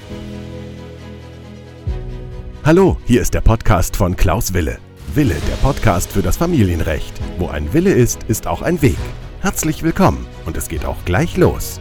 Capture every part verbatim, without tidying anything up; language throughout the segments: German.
Hallo, hier ist der Podcast von Klaus Wille. Wille, der Podcast für das Familienrecht. Wo ein Wille ist, ist auch ein Weg. Herzlich willkommen und es geht auch gleich los.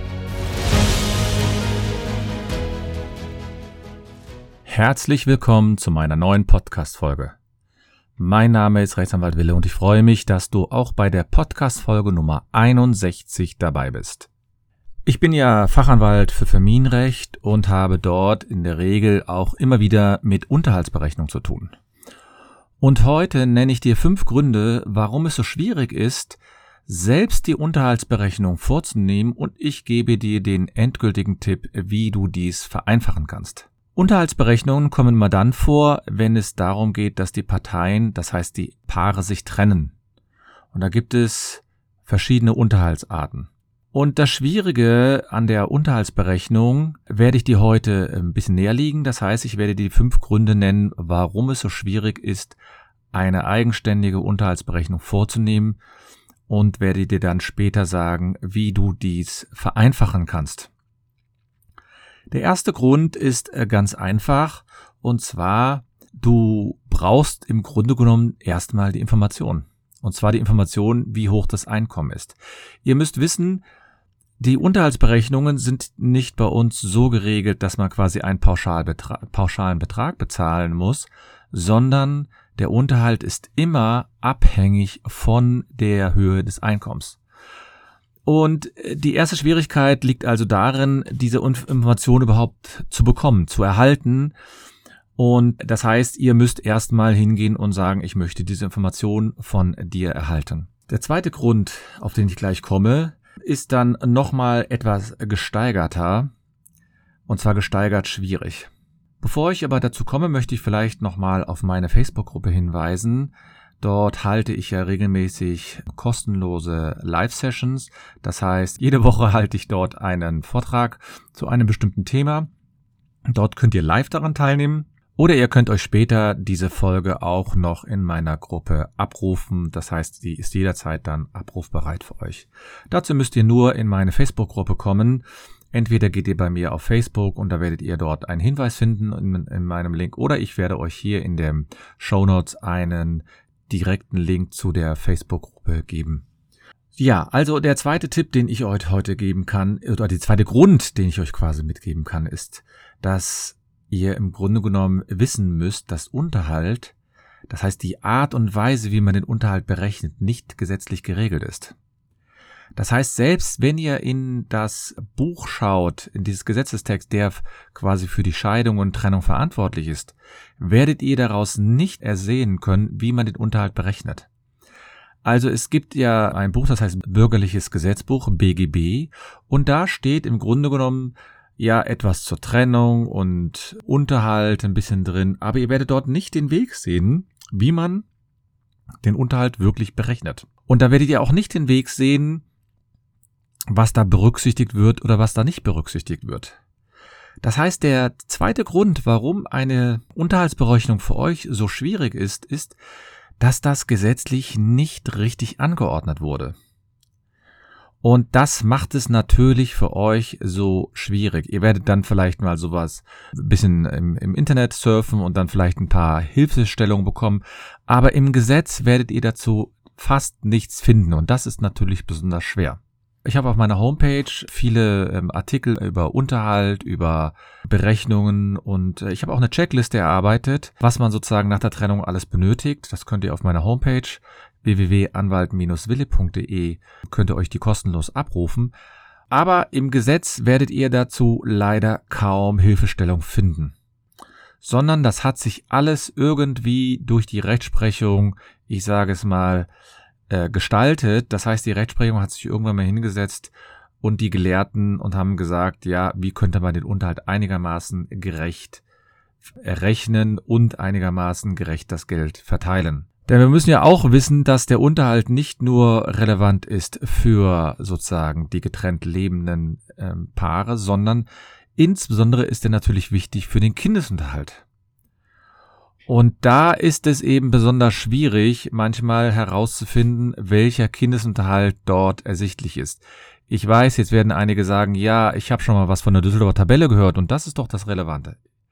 Herzlich willkommen zu meiner neuen Podcast-Folge. Mein Name ist Rechtsanwalt Wille und ich freue mich, dass du auch bei der Podcast-Folge Nummer einundsechzig dabei bist. Ich bin ja Fachanwalt für Familienrecht und habe dort in der Regel auch immer wieder mit Unterhaltsberechnung zu tun. Und heute nenne ich dir fünf Gründe, warum es so schwierig ist, selbst die Unterhaltsberechnung vorzunehmen, und ich gebe dir den endgültigen Tipp, wie du dies vereinfachen kannst. Unterhaltsberechnungen kommen immer dann vor, wenn es darum geht, dass die Parteien, das heißt die Paare, sich trennen. Und da gibt es verschiedene Unterhaltsarten. Und das Schwierige an der Unterhaltsberechnung werde ich dir heute ein bisschen näher legen. Das heißt, ich werde dir fünf Gründe nennen, warum es so schwierig ist, eine eigenständige Unterhaltsberechnung vorzunehmen, und werde dir dann später sagen, wie du dies vereinfachen kannst. Der erste Grund ist ganz einfach, und zwar, du brauchst im Grunde genommen erstmal die Information. Und zwar die Information, wie hoch das Einkommen ist. Ihr müsst wissen, die Unterhaltsberechnungen sind nicht bei uns so geregelt, dass man quasi einen Pauschalbetrag, pauschalen Betrag bezahlen muss, sondern der Unterhalt ist immer abhängig von der Höhe des Einkommens. Und die erste Schwierigkeit liegt also darin, diese Information überhaupt zu bekommen, zu erhalten. Und das heißt, ihr müsst erstmal hingehen und sagen, ich möchte diese Information von dir erhalten. Der zweite Grund, auf den ich gleich komme, ist dann nochmal etwas gesteigerter, und zwar gesteigert schwierig. Bevor ich aber dazu komme, möchte ich vielleicht nochmal auf meine Facebook-Gruppe hinweisen. Dort halte ich ja regelmäßig kostenlose Live-Sessions. Das heißt, jede Woche halte ich dort einen Vortrag zu einem bestimmten Thema. Dort könnt ihr live daran teilnehmen. Oder ihr könnt euch später diese Folge auch noch in meiner Gruppe abrufen. Das heißt, die ist jederzeit dann abrufbereit für euch. Dazu müsst ihr nur in meine Facebook-Gruppe kommen. Entweder geht ihr bei mir auf Facebook und da werdet ihr dort einen Hinweis finden in, in meinem Link, oder ich werde euch hier in den Shownotes einen direkten Link zu der Facebook-Gruppe geben. Ja, also der zweite Tipp, den ich euch heute geben kann, oder der zweite Grund, den ich euch quasi mitgeben kann, ist, dass ihr im Grunde genommen wissen müsst, dass Unterhalt, das heißt die Art und Weise, wie man den Unterhalt berechnet, nicht gesetzlich geregelt ist. Das heißt, selbst wenn ihr in das Buch schaut, in dieses Gesetzestext, der quasi für die Scheidung und Trennung verantwortlich ist, werdet ihr daraus nicht ersehen können, wie man den Unterhalt berechnet. Also es gibt ja ein Buch, das heißt Bürgerliches Gesetzbuch, B G B, und da steht im Grunde genommen ja etwas zur Trennung und Unterhalt ein bisschen drin, aber ihr werdet dort nicht den Weg sehen, wie man den Unterhalt wirklich berechnet. Und da werdet ihr auch nicht den Weg sehen, was da berücksichtigt wird oder was da nicht berücksichtigt wird. Das heißt, der zweite Grund, warum eine Unterhaltsberechnung für euch so schwierig ist, ist, dass das gesetzlich nicht richtig angeordnet wurde. Und das macht es natürlich für euch so schwierig. Ihr werdet dann vielleicht mal sowas ein bisschen im, im Internet surfen und dann vielleicht ein paar Hilfestellungen bekommen. Aber im Gesetz werdet ihr dazu fast nichts finden. Und das ist natürlich besonders schwer. Ich habe auf meiner Homepage viele ähm, Artikel über Unterhalt, über Berechnungen, und äh, ich habe auch eine Checkliste erarbeitet, was man sozusagen nach der Trennung alles benötigt. Das könnt ihr auf meiner Homepage w w w punkt anwalt Bindestrich wille punkt d e könnt ihr euch die kostenlos abrufen. Aber im Gesetz werdet ihr dazu leider kaum Hilfestellung finden. Sondern das hat sich alles irgendwie durch die Rechtsprechung, ich sage es mal, äh, gestaltet. Das heißt, die Rechtsprechung hat sich irgendwann mal hingesetzt und die Gelehrten und haben gesagt, ja, wie könnte man den Unterhalt einigermaßen gerecht errechnen und einigermaßen gerecht das Geld verteilen. Denn wir müssen ja auch wissen, dass der Unterhalt nicht nur relevant ist für sozusagen die getrennt lebenden äh, Paare, sondern insbesondere ist er natürlich wichtig für den Kindesunterhalt. Und da ist es eben besonders schwierig, manchmal herauszufinden, welcher Kindesunterhalt dort ersichtlich ist. Ich weiß, jetzt werden einige sagen, ja, ich habe schon mal was von der Düsseldorfer Tabelle gehört und das ist doch das Relevante.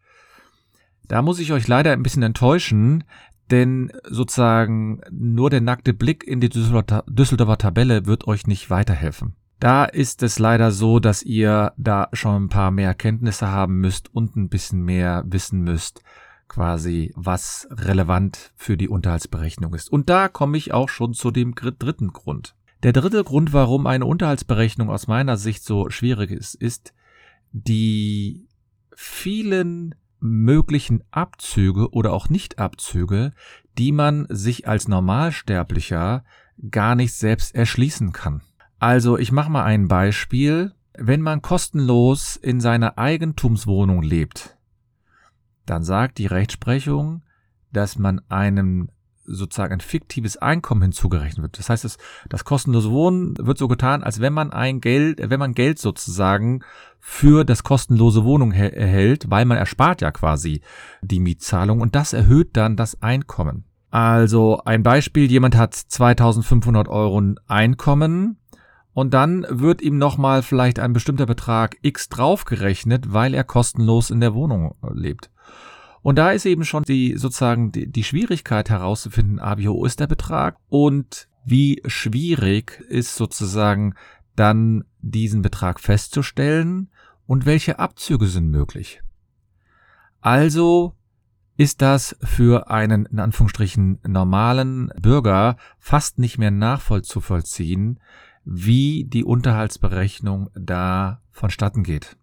Da muss ich euch leider ein bisschen enttäuschen, denn sozusagen nur der nackte Blick in die Düsseldorfer Tabelle wird euch nicht weiterhelfen. Da ist es leider so, dass ihr da schon ein paar mehr Kenntnisse haben müsst und ein bisschen mehr wissen müsst, quasi was relevant für die Unterhaltsberechnung ist. Und da komme ich auch schon zu dem dritten Grund. Der dritte Grund, warum eine Unterhaltsberechnung aus meiner Sicht so schwierig ist, ist die vielen möglichen Abzüge oder auch Nichtabzüge, die man sich als Normalsterblicher gar nicht selbst erschließen kann. Also ich mache mal ein Beispiel. Wenn man kostenlos in seiner Eigentumswohnung lebt, dann sagt die Rechtsprechung, dass man einem sozusagen ein fiktives Einkommen hinzugerechnet wird. Das heißt, das, das kostenlose Wohnen wird so getan, als wenn man ein Geld, wenn man Geld sozusagen für das kostenlose Wohnung he- erhält, weil man erspart ja quasi die Mietzahlung und das erhöht dann das Einkommen. Also ein Beispiel, jemand hat zweitausendfünfhundert Euro Einkommen und dann wird ihm nochmal vielleicht ein bestimmter Betrag X draufgerechnet, weil er kostenlos in der Wohnung lebt. Und da ist eben schon die sozusagen die, die Schwierigkeit herauszufinden, ah, wie hoch ist der Betrag und wie schwierig ist sozusagen dann diesen Betrag festzustellen und welche Abzüge sind möglich. Also ist das für einen in Anführungsstrichen normalen Bürger fast nicht mehr nachvollziehen, wie die Unterhaltsberechnung da vonstatten geht.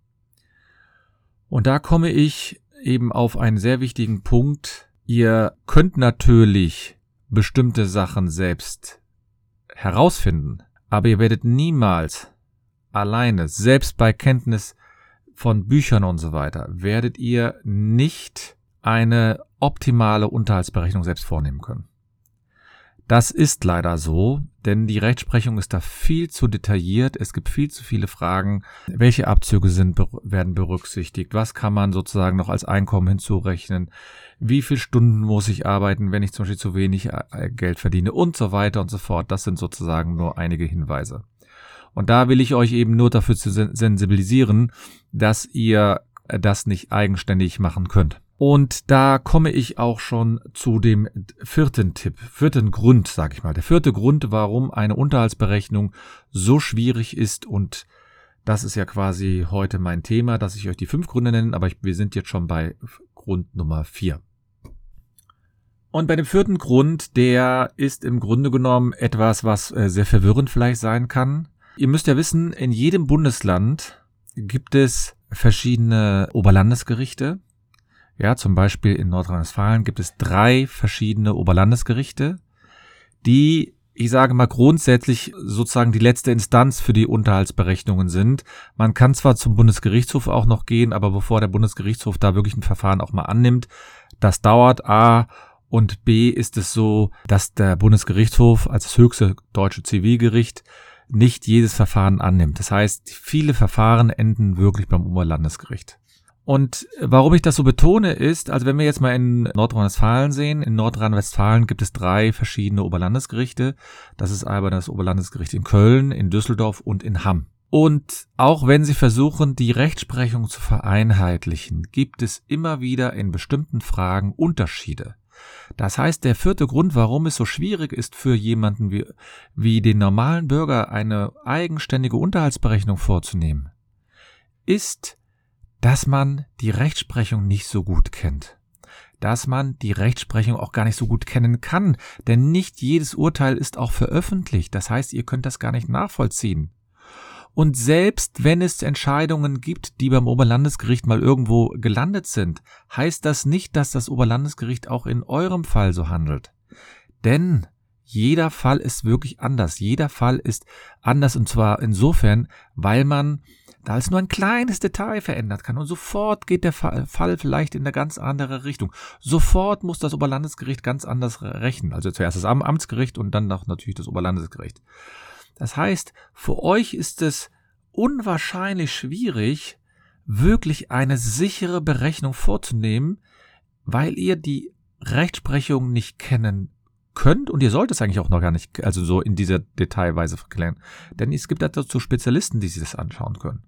Und da komme ich eben auf einen sehr wichtigen Punkt. Ihr könnt natürlich bestimmte Sachen selbst herausfinden, aber ihr werdet niemals alleine, selbst bei Kenntnis von Büchern und so weiter, werdet ihr nicht eine optimale Unterhaltsberechnung selbst vornehmen können. Das ist leider so, denn die Rechtsprechung ist da viel zu detailliert. Es gibt viel zu viele Fragen. Welche Abzüge sind, werden berücksichtigt? Was kann man sozusagen noch als Einkommen hinzurechnen? Wie viele Stunden muss ich arbeiten, wenn ich zum Beispiel zu wenig Geld verdiene? Und so weiter und so fort. Das sind sozusagen nur einige Hinweise. Und da will ich euch eben nur dafür zu sensibilisieren, dass ihr das nicht eigenständig machen könnt. Und da komme ich auch schon zu dem vierten Tipp, vierten Grund, sag ich mal. Der vierte Grund, warum eine Unterhaltsberechnung so schwierig ist, und das ist ja quasi heute mein Thema, dass ich euch die fünf Gründe nenne, aber ich, wir sind jetzt schon bei Grund Nummer vier. Und bei dem vierten Grund, der ist im Grunde genommen etwas, was äh, sehr verwirrend vielleicht sein kann. Ihr müsst ja wissen, in jedem Bundesland gibt es verschiedene Oberlandesgerichte. Ja, zum Beispiel in Nordrhein-Westfalen gibt es drei verschiedene Oberlandesgerichte, die, ich sage mal, grundsätzlich sozusagen die letzte Instanz für die Unterhaltsberechnungen sind. Man kann zwar zum Bundesgerichtshof auch noch gehen, aber bevor der Bundesgerichtshof da wirklich ein Verfahren auch mal annimmt, das dauert A, und B ist es so, dass der Bundesgerichtshof als das höchste deutsche Zivilgericht nicht jedes Verfahren annimmt. Das heißt, viele Verfahren enden wirklich beim Oberlandesgericht. Und warum ich das so betone ist, also wenn wir jetzt mal in Nordrhein-Westfalen sehen, in Nordrhein-Westfalen gibt es drei verschiedene Oberlandesgerichte. Das ist aber das Oberlandesgericht in Köln, in Düsseldorf und in Hamm. Und auch wenn sie versuchen, die Rechtsprechung zu vereinheitlichen, gibt es immer wieder in bestimmten Fragen Unterschiede. Das heißt, der vierte Grund, warum es so schwierig ist für jemanden wie, wie den normalen Bürger eine eigenständige Unterhaltsberechnung vorzunehmen, ist, dass man die Rechtsprechung nicht so gut kennt. Dass man die Rechtsprechung auch gar nicht so gut kennen kann. Denn nicht jedes Urteil ist auch veröffentlicht. Das heißt, ihr könnt das gar nicht nachvollziehen. Und selbst wenn es Entscheidungen gibt, die beim Oberlandesgericht mal irgendwo gelandet sind, heißt das nicht, dass das Oberlandesgericht auch in eurem Fall so handelt. Denn jeder Fall ist wirklich anders. Jeder Fall ist anders, und zwar insofern, weil man da es nur ein kleines Detail verändert kann und sofort geht der Fall vielleicht in eine ganz andere Richtung. Sofort muss das Oberlandesgericht ganz anders rechnen. Also zuerst das Amtsgericht und dann noch natürlich das Oberlandesgericht. Das heißt, für euch ist es unwahrscheinlich schwierig, wirklich eine sichere Berechnung vorzunehmen, weil ihr die Rechtsprechung nicht kennen könnt und ihr sollt es eigentlich auch noch gar nicht, also so in dieser Detailweise verklären. Denn es gibt dazu Spezialisten, die sich das anschauen können.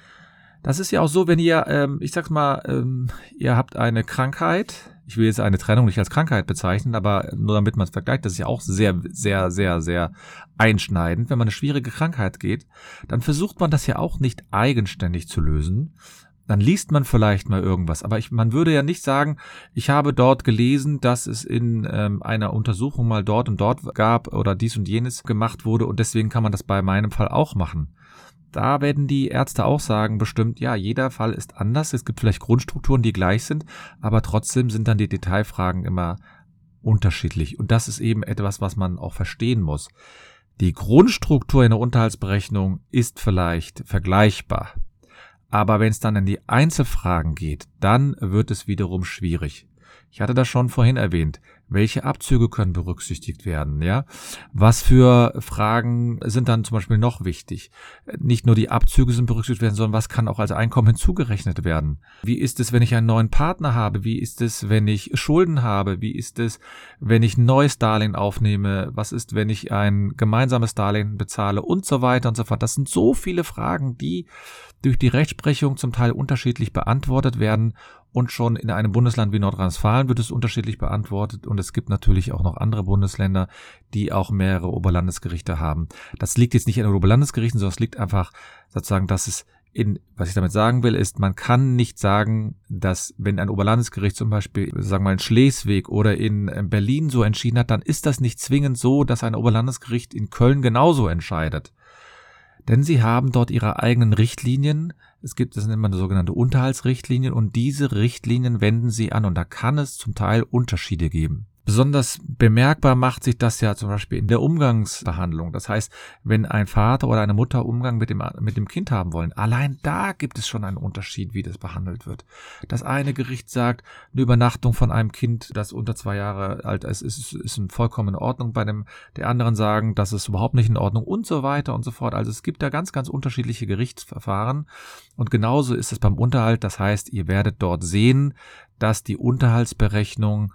Das ist ja auch so, wenn ihr, ähm, ich sag's mal, ähm, ihr habt eine Krankheit, ich will jetzt eine Trennung nicht als Krankheit bezeichnen, aber nur damit man es vergleicht, das ist ja auch sehr, sehr, sehr, sehr einschneidend. Wenn man eine schwierige Krankheit geht, dann versucht man das ja auch nicht eigenständig zu lösen. Dann liest man vielleicht mal irgendwas, aber ich, man würde ja nicht sagen, ich habe dort gelesen, dass es in ähm, einer Untersuchung mal dort und dort gab oder dies und jenes gemacht wurde und deswegen kann man das bei meinem Fall auch machen. Da werden die Ärzte auch sagen, bestimmt, ja, jeder Fall ist anders. Es gibt vielleicht Grundstrukturen, die gleich sind, aber trotzdem sind dann die Detailfragen immer unterschiedlich. Und das ist eben etwas, was man auch verstehen muss. Die Grundstruktur in der Unterhaltsberechnung ist vielleicht vergleichbar. Aber wenn es dann in die Einzelfragen geht, dann wird es wiederum schwierig. Ich hatte das schon vorhin erwähnt. Welche Abzüge können berücksichtigt werden, ja? Was für Fragen sind dann zum Beispiel noch wichtig? Nicht nur die Abzüge sind berücksichtigt werden, sondern was kann auch als Einkommen hinzugerechnet werden? Wie ist es, wenn ich einen neuen Partner habe? Wie ist es, wenn ich Schulden habe? Wie ist es, wenn ich ein neues Darlehen aufnehme? Was ist, wenn ich ein gemeinsames Darlehen bezahle? Und so weiter und so fort. Das sind so viele Fragen, die durch die Rechtsprechung zum Teil unterschiedlich beantwortet werden. Und schon in einem Bundesland wie Nordrhein-Westfalen wird es unterschiedlich beantwortet. Und es gibt natürlich auch noch andere Bundesländer, die auch mehrere Oberlandesgerichte haben. Das liegt jetzt nicht an den Oberlandesgerichten, sondern es liegt einfach sozusagen, dass es in, was ich damit sagen will, ist, man kann nicht sagen, dass wenn ein Oberlandesgericht zum Beispiel, sagen wir mal in Schleswig oder in Berlin so entschieden hat, dann ist das nicht zwingend so, dass ein Oberlandesgericht in Köln genauso entscheidet. Denn sie haben dort ihre eigenen Richtlinien. Es gibt, das nennt man sogenannte Unterhaltsrichtlinien und diese Richtlinien wenden sie an und da kann es zum Teil Unterschiede geben. Besonders bemerkbar macht sich das ja zum Beispiel in der Umgangsbehandlung. Das heißt, wenn ein Vater oder eine Mutter Umgang mit dem, mit dem Kind haben wollen, allein da gibt es schon einen Unterschied, wie das behandelt wird. Das eine Gericht sagt, eine Übernachtung von einem Kind, das unter zwei Jahre alt ist, ist, ist vollkommen in Ordnung. Bei dem, der anderen sagen, das ist überhaupt nicht in Ordnung und so weiter und so fort. Also es gibt da ganz, ganz unterschiedliche Gerichtsverfahren und genauso ist es beim Unterhalt. Das heißt, ihr werdet dort sehen, dass die Unterhaltsberechnung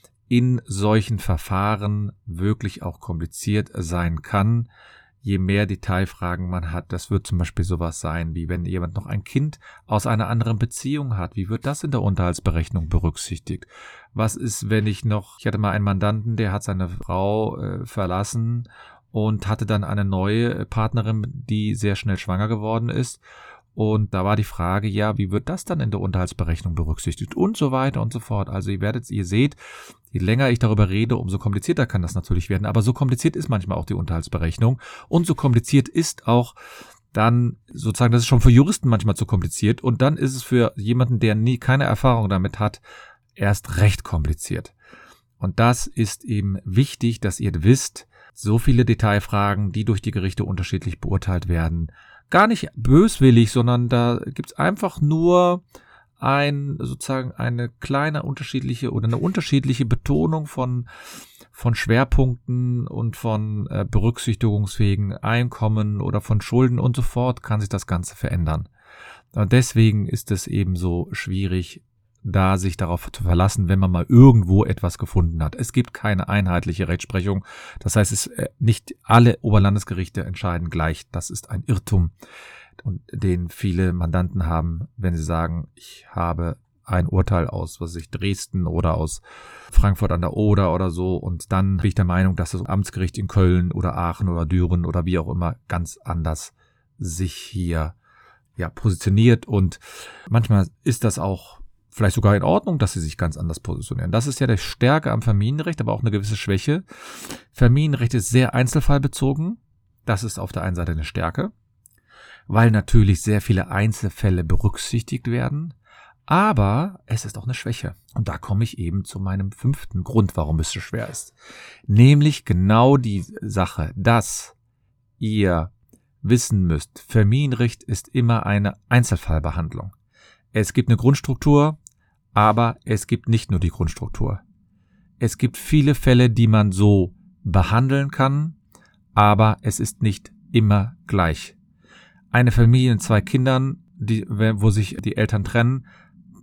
in solchen Verfahren wirklich auch kompliziert sein kann, je mehr Detailfragen man hat. Das wird zum Beispiel sowas sein, wie wenn jemand noch ein Kind aus einer anderen Beziehung hat. Wie wird das in der Unterhaltsberechnung berücksichtigt? Was ist, wenn ich noch, ich hatte mal einen Mandanten, der hat seine Frau äh, verlassen und hatte dann eine neue Partnerin, die sehr schnell schwanger geworden ist. Und da war die Frage, ja, wie wird das dann in der Unterhaltsberechnung berücksichtigt und so weiter und so fort. Also ihr werdet, ihr seht, je länger ich darüber rede, umso komplizierter kann das natürlich werden. Aber so kompliziert ist manchmal auch die Unterhaltsberechnung und so kompliziert ist auch dann sozusagen, das ist schon für Juristen manchmal zu kompliziert und dann ist es für jemanden, der nie keine Erfahrung damit hat, erst recht kompliziert. Und das ist eben wichtig, dass ihr wisst, so viele Detailfragen, die durch die Gerichte unterschiedlich beurteilt werden, gar nicht böswillig, sondern da gibt's einfach nur ein, sozusagen eine kleine unterschiedliche oder eine unterschiedliche Betonung von, von Schwerpunkten und von äh, berücksichtigungsfähigen Einkommen oder von Schulden und so fort kann sich das Ganze verändern. Und deswegen ist es eben so schwierig, da sich darauf zu verlassen, wenn man mal irgendwo etwas gefunden hat. Es gibt keine einheitliche Rechtsprechung. Das heißt, es nicht alle Oberlandesgerichte entscheiden gleich. Das ist ein Irrtum, und den viele Mandanten haben, wenn sie sagen, ich habe ein Urteil aus, was weiß ich, Dresden oder aus Frankfurt an der Oder oder so, und dann bin ich der Meinung, dass das Amtsgericht in Köln oder Aachen oder Düren oder wie auch immer ganz anders sich hier ja positioniert, und manchmal ist das auch vielleicht sogar in Ordnung, dass sie sich ganz anders positionieren. Das ist ja die Stärke am Familienrecht, aber auch eine gewisse Schwäche. Familienrecht ist sehr einzelfallbezogen. Das ist auf der einen Seite eine Stärke, weil natürlich sehr viele Einzelfälle berücksichtigt werden. Aber es ist auch eine Schwäche. Und da komme ich eben zu meinem fünften Grund, warum es so schwer ist. Nämlich genau die Sache, dass ihr wissen müsst, Familienrecht ist immer eine Einzelfallbehandlung. Es gibt eine Grundstruktur, aber es gibt nicht nur die Grundstruktur. Es gibt viele Fälle, die man so behandeln kann, aber es ist nicht immer gleich. Eine Familie mit zwei Kindern, die, wo sich die Eltern trennen,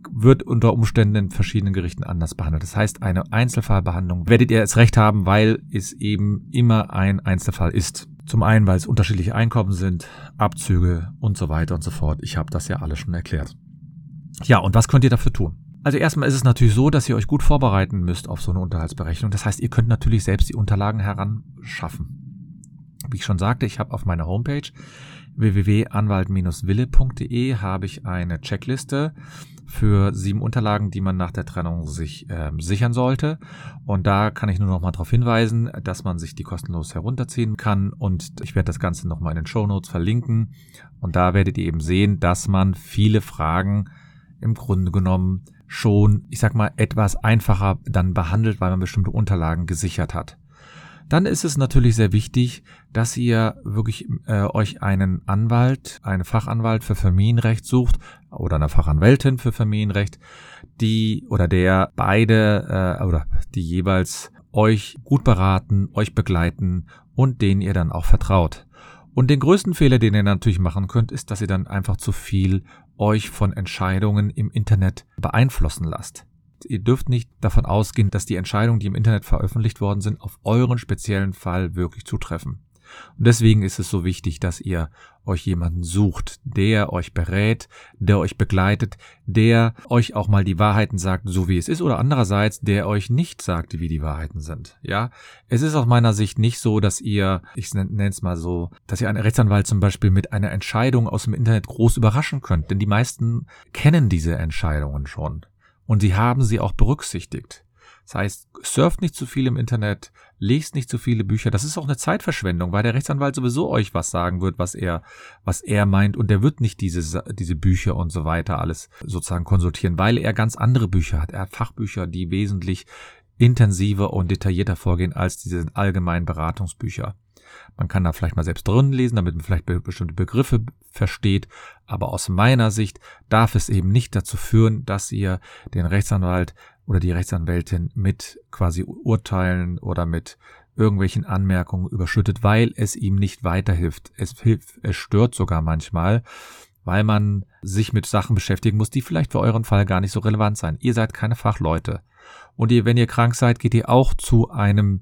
wird unter Umständen in verschiedenen Gerichten anders behandelt. Das heißt, eine Einzelfallbehandlung werdet ihr erst recht haben, weil es eben immer ein Einzelfall ist. Zum einen, weil es unterschiedliche Einkommen sind, Abzüge und so weiter und so fort. Ich habe das ja alles schon erklärt. Ja, und was könnt ihr dafür tun? Also erstmal ist es natürlich so, dass ihr euch gut vorbereiten müsst auf so eine Unterhaltsberechnung. Das heißt, ihr könnt natürlich selbst die Unterlagen heranschaffen. Wie ich schon sagte, ich habe auf meiner Homepage w w w punkt anwalt Bindestrich wille punkt d e habe ich eine Checkliste für sieben Unterlagen, die man nach der Trennung sich äh, sichern sollte. Und da kann ich nur noch mal darauf hinweisen, dass man sich die kostenlos herunterziehen kann. Und ich werde das Ganze noch mal in den Shownotes verlinken. Und da werdet ihr eben sehen, dass man viele Fragen im Grunde genommen schon, ich sag mal, etwas einfacher dann behandelt, weil man bestimmte Unterlagen gesichert hat. Dann ist es natürlich sehr wichtig, dass ihr wirklich äh, euch einen Anwalt, einen Fachanwalt für Familienrecht sucht oder eine Fachanwältin für Familienrecht, die oder der beide äh, oder die jeweils euch gut beraten, euch begleiten und denen ihr dann auch vertraut. Und den größten Fehler, den ihr natürlich machen könnt, ist, dass ihr dann einfach zu viel euch von Entscheidungen im Internet beeinflussen lasst. Ihr dürft nicht davon ausgehen, dass die Entscheidungen, die im Internet veröffentlicht worden sind, auf euren speziellen Fall wirklich zutreffen. Und deswegen ist es so wichtig, dass ihr euch jemanden sucht, der euch berät, der euch begleitet, der euch auch mal die Wahrheiten sagt, so wie es ist, oder andererseits, der euch nicht sagt, wie die Wahrheiten sind. Ja, es ist aus meiner Sicht nicht so, dass ihr, ich nenne es mal so, dass ihr einen Rechtsanwalt zum Beispiel mit einer Entscheidung aus dem Internet groß überraschen könnt, denn die meisten kennen diese Entscheidungen schon. Und sie haben sie auch berücksichtigt. Das heißt, surft nicht zu viel im Internet, lest nicht zu viele Bücher. Das ist auch eine Zeitverschwendung, weil der Rechtsanwalt sowieso euch was sagen wird, was er, was er meint. Und der wird nicht diese, diese Bücher und so weiter alles sozusagen konsultieren, weil er ganz andere Bücher hat. Er hat Fachbücher, die wesentlich intensiver und detaillierter vorgehen als diese allgemeinen Beratungsbücher. Man kann da vielleicht mal selbst drin lesen, damit man vielleicht bestimmte Begriffe versteht. Aber aus meiner Sicht darf es eben nicht dazu führen, dass ihr den Rechtsanwalt oder die Rechtsanwältin mit quasi Urteilen oder mit irgendwelchen Anmerkungen überschüttet, weil es ihm nicht weiterhilft. Es hilft, es stört sogar manchmal, weil man sich mit Sachen beschäftigen muss, die vielleicht für euren Fall gar nicht so relevant sein. Ihr seid keine Fachleute. Und ihr, wenn ihr krank seid, geht ihr auch zu einem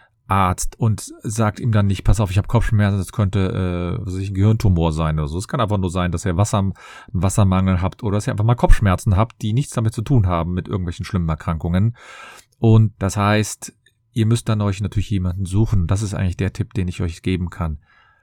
Arzt und sagt ihm dann nicht, pass auf, ich habe Kopfschmerzen, das könnte äh, was ich, ein Gehirntumor sein oder so. Es kann einfach nur sein, dass ihr Wasser, einen Wassermangel habt oder dass ihr einfach mal Kopfschmerzen habt, die nichts damit zu tun haben, mit irgendwelchen schlimmen Erkrankungen. Und das heißt, ihr müsst dann euch natürlich jemanden suchen. Das ist eigentlich der Tipp, den ich euch geben kann.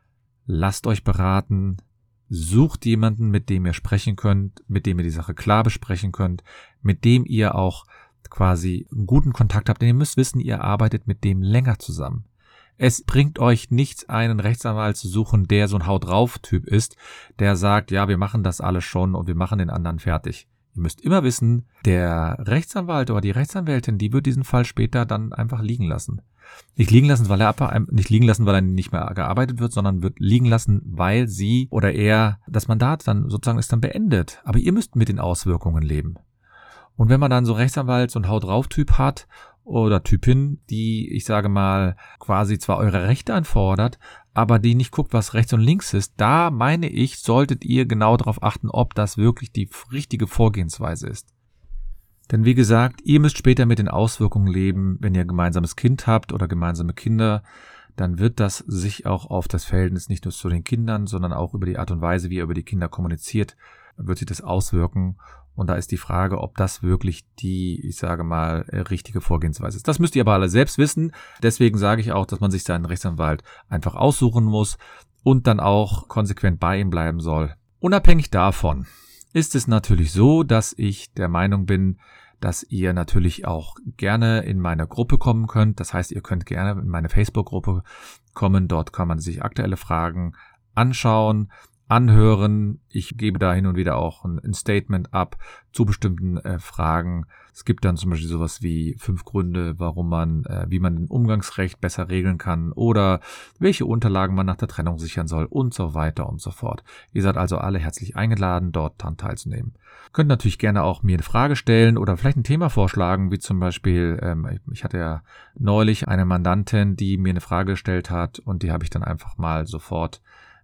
Lasst euch beraten, sucht jemanden, mit dem ihr sprechen könnt, mit dem ihr die Sache klar besprechen könnt, mit dem ihr auch quasi einen guten Kontakt habt, denn ihr müsst wissen, ihr arbeitet mit dem länger zusammen. Es bringt euch nichts, einen Rechtsanwalt zu suchen, der so ein Haut-drauf-Typ ist, der sagt, ja, wir machen das alles schon und wir machen den anderen fertig. Ihr müsst immer wissen, der Rechtsanwalt oder die Rechtsanwältin, die wird diesen Fall später dann einfach liegen lassen. Nicht liegen lassen, weil er ab, nicht liegen lassen, weil er nicht mehr gearbeitet wird, sondern wird liegen lassen, weil sie oder er das Mandat dann sozusagen ist dann beendet. Aber ihr müsst mit den Auswirkungen leben. Und wenn man dann so Rechtsanwalt, so ein Haut-drauf-Typ hat oder Typin, die, ich sage mal, quasi zwar eure Rechte einfordert, aber die nicht guckt, was rechts und links ist, da meine ich, solltet ihr genau darauf achten, ob das wirklich die richtige Vorgehensweise ist. Denn wie gesagt, ihr müsst später mit den Auswirkungen leben, wenn ihr ein gemeinsames Kind habt oder gemeinsame Kinder, dann wird das sich auch auf das Verhältnis nicht nur zu den Kindern, sondern auch über die Art und Weise, wie ihr über die Kinder kommuniziert, wird sich das auswirken. Und da ist die Frage, ob das wirklich die, ich sage mal, richtige Vorgehensweise ist. Das müsst ihr aber alle selbst wissen. Deswegen sage ich auch, dass man sich seinen Rechtsanwalt einfach aussuchen muss und dann auch konsequent bei ihm bleiben soll. Unabhängig davon ist es natürlich so, dass ich der Meinung bin, dass ihr natürlich auch gerne in meine Gruppe kommen könnt. Das heißt, ihr könnt gerne in meine Facebook-Gruppe kommen. Dort kann man sich aktuelle Fragen anschauen, anhören. Ich gebe da hin und wieder auch ein, ein Statement ab zu bestimmten äh, Fragen. Es gibt dann zum Beispiel sowas wie fünf Gründe, warum man, äh, wie man ein Umgangsrecht besser regeln kann oder welche Unterlagen man nach der Trennung sichern soll und so weiter und so fort. Ihr seid also alle herzlich eingeladen, dort daran teilzunehmen. Könnt natürlich gerne auch mir eine Frage stellen oder vielleicht ein Thema vorschlagen, wie zum Beispiel, ähm, ich hatte ja neulich eine Mandantin, die mir eine Frage gestellt hat und die habe ich dann einfach mal sofort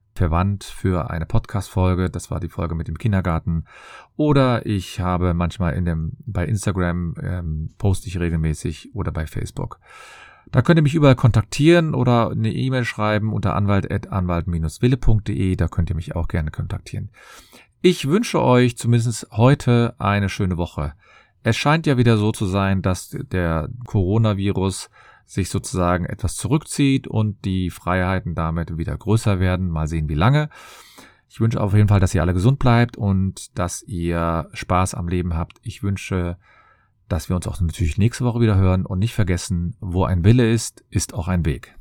verwandt für eine Podcast-Folge. Das war die Folge mit dem Kindergarten. Oder ich habe manchmal in dem, bei Instagram ähm, poste ich regelmäßig oder bei Facebook. Da könnt ihr mich überall kontaktieren oder eine E-Mail schreiben unter anwalt at anwalt dash wille punkt de. Da könnt ihr mich auch gerne kontaktieren. Ich wünsche euch zumindest heute eine schöne Woche. Es scheint ja wieder so zu sein, dass der Coronavirus sich sozusagen etwas zurückzieht und die Freiheiten damit wieder größer werden. Mal sehen, wie lange. Ich wünsche auf jeden Fall, dass ihr alle gesund bleibt und dass ihr Spaß am Leben habt. Ich wünsche, dass wir uns auch natürlich nächste Woche wieder hören und nicht vergessen, wo ein Wille ist, ist auch ein Weg.